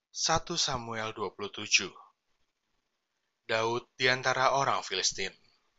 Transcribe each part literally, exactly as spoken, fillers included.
satu Samuel dua puluh tujuh. Daud di antara orang Filistin.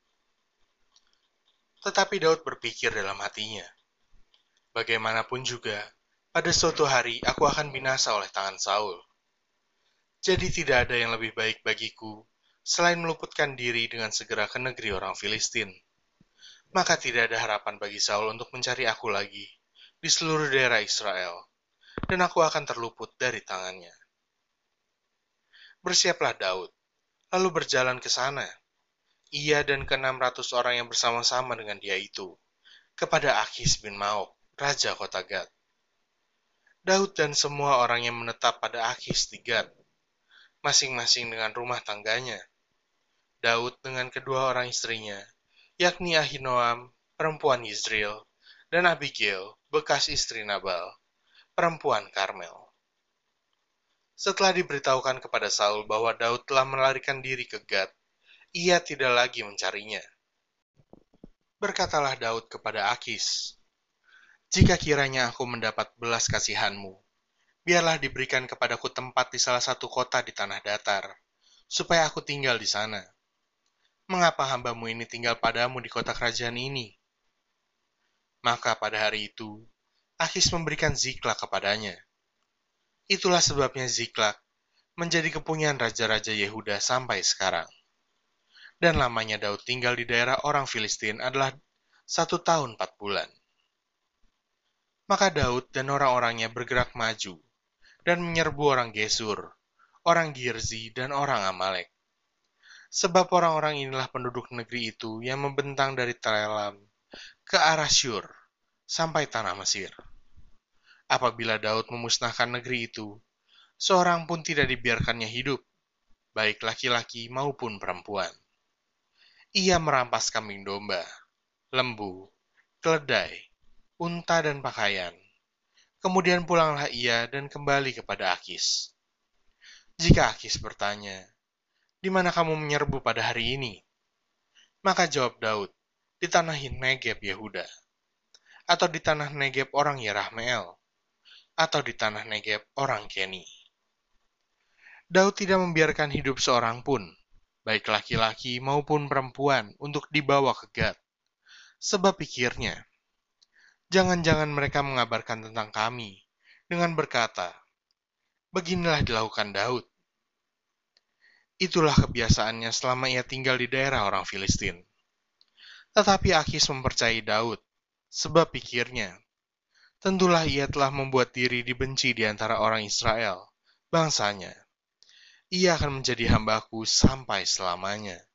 Tetapi Daud berpikir dalam hatinya, bagaimanapun juga, pada suatu hari aku akan binasa oleh tangan Saul. Jadi tidak ada yang lebih baik bagiku selain meluputkan diri dengan segera ke negeri orang Filistin. Maka tidak ada harapan bagi Saul untuk mencari aku lagi di seluruh daerah Israel, dan aku akan terluput dari tangannya. Bersiaplah Daud, lalu berjalan ke sana, ia dan ke enam ratus orang yang bersama-sama dengan dia itu, kepada Akis bin Maok, raja kota Gad. Daud dan semua orang yang menetap pada Akis di Gad, masing-masing dengan rumah tangganya. Daud dengan kedua orang istrinya, yakni Ahinoam, perempuan Yizril, dan Abigail, bekas istri Nabal, perempuan Karmel. Setelah diberitahukan kepada Saul bahwa Daud telah melarikan diri ke Gad, ia tidak lagi mencarinya. Berkatalah Daud kepada Akis, "Jika kiranya aku mendapat belas kasihanmu, biarlah diberikan kepadaku tempat di salah satu kota di tanah datar, supaya aku tinggal di sana. Mengapa hambamu ini tinggal padamu di kota kerajaan ini?" Maka pada hari itu, Akis memberikan Ziklag kepadanya. Itulah sebabnya Ziklag menjadi kepunyaan raja-raja Yehuda sampai sekarang. Dan lamanya Daud tinggal di daerah orang Filistin adalah satu tahun empat bulan. Maka Daud dan orang-orangnya bergerak maju dan menyerbu orang Gesur, orang Girzi, dan orang Amalek. Sebab orang-orang inilah penduduk negeri itu yang membentang dari Telam ke arah Syur sampai tanah Mesir. Apabila Daud memusnahkan negeri itu, seorang pun tidak dibiarkannya hidup, baik laki-laki maupun perempuan. Ia merampas kambing domba, lembu, keledai, unta dan pakaian. Kemudian pulanglah ia dan kembali kepada Akis. Jika Akis bertanya, "Di mana kamu menyerbu pada hari ini?" Maka jawab Daud, "Di tanah Negeb Yehuda, atau di tanah Negeb orang Yerahmeel, atau di tanah Negeb orang Keni." Daud tidak membiarkan hidup seorang pun, baik laki-laki maupun perempuan, untuk dibawa ke Gad. Sebab pikirnya, jangan-jangan mereka mengabarkan tentang kami dengan berkata, "Beginilah dilakukan Daud." Itulah kebiasaannya selama ia tinggal di daerah orang Filistin. Tetapi Akis mempercayai Daud, sebab pikirnya, tentulah ia telah membuat diri dibenci di antara orang Israel, bangsanya. Ia akan menjadi hambaku sampai selamanya.